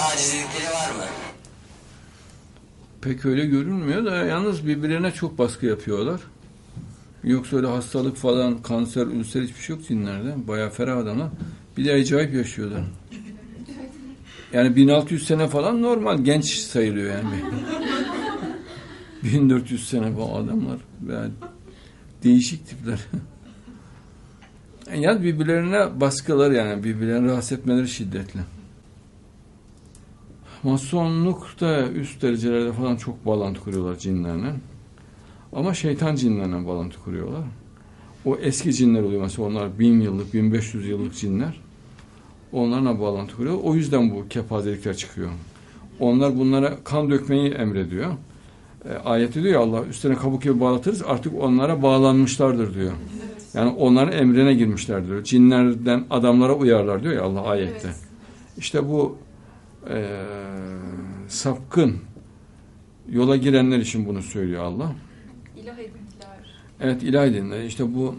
acizlikleri var mı? Pek öyle görünmüyor da yalnız birbirlerine çok baskı yapıyorlar. Yoksa öyle hastalık falan, kanser, ülser hiçbir şey yok cinlerde. Bayağı ferah adamlar. Bir de acayip yaşıyorlar. Yani 1600 sene falan normal, genç sayılıyor yani. 1400 sene bu adamlar. Yani değişik tipler. Yani birbirlerine baskılar, yani birbirlerini rahatsız etmeleri şiddetli. Masonlukta üst derecelerde falan çok bağlantı kuruyorlar cinlerle. Ama şeytan cinlerle bağlantı kuruyorlar. O eski cinler oluyor mesela, onlar 1000 yıllık, 1500 yıllık cinler. Onlarla bağlantı kuruyor. O yüzden bu kepazelikler çıkıyor. Onlar bunlara kan dökmeyi emrediyor. Ayette diyor ya, Allah üstüne kabuk gibi bağlatırız, artık onlara bağlanmışlardır diyor. Yani onların emrine girmişler diyor. Cinlerden adamlara uyarlar diyor ya Allah ayette. İşte bu sapkın yola girenler için bunu söylüyor Allah. İlah edindiler. Evet, ilah edindiler. İşte bu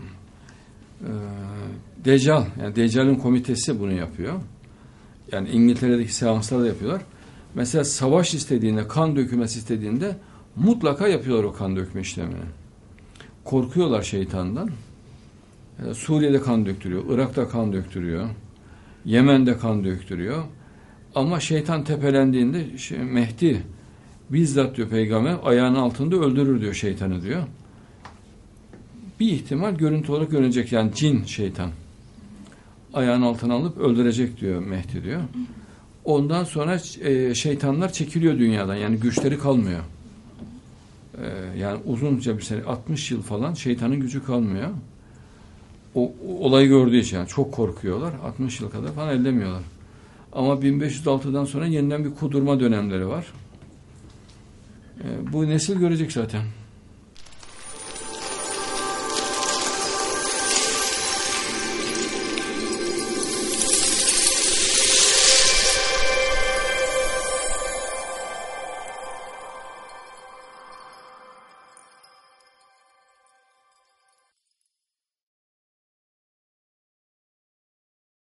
Deccal, yani Deccal'in komitesi bunu yapıyor. Yani İngiltere'deki seanslarda yapıyorlar. Mesela savaş istediğinde, kan dökülmesi istediğinde mutlaka yapıyorlar o kan dökme işlemini. Korkuyorlar şeytandan. Suriye'de kan döktürüyor, Irak'ta kan döktürüyor, Yemen'de kan döktürüyor. Ama şeytan tepelendiğinde Mehdi bizzat diyor peygamber ayağının altında öldürür diyor şeytanı diyor. Bir ihtimal görüntü olarak görünecek, yani cin şeytan. Ayağının altına alıp öldürecek diyor Mehdi diyor. Ondan sonra şeytanlar çekiliyor dünyadan, yani güçleri kalmıyor. Yani uzunca bir sene, 60 yıl falan şeytanın gücü kalmıyor. O olayı gördüğü için yani çok korkuyorlar. 60 yıl kadar falan ellemiyorlar. Ama 1506'dan sonra yeniden bir kudurma dönemleri var. Bu nesil görecek zaten.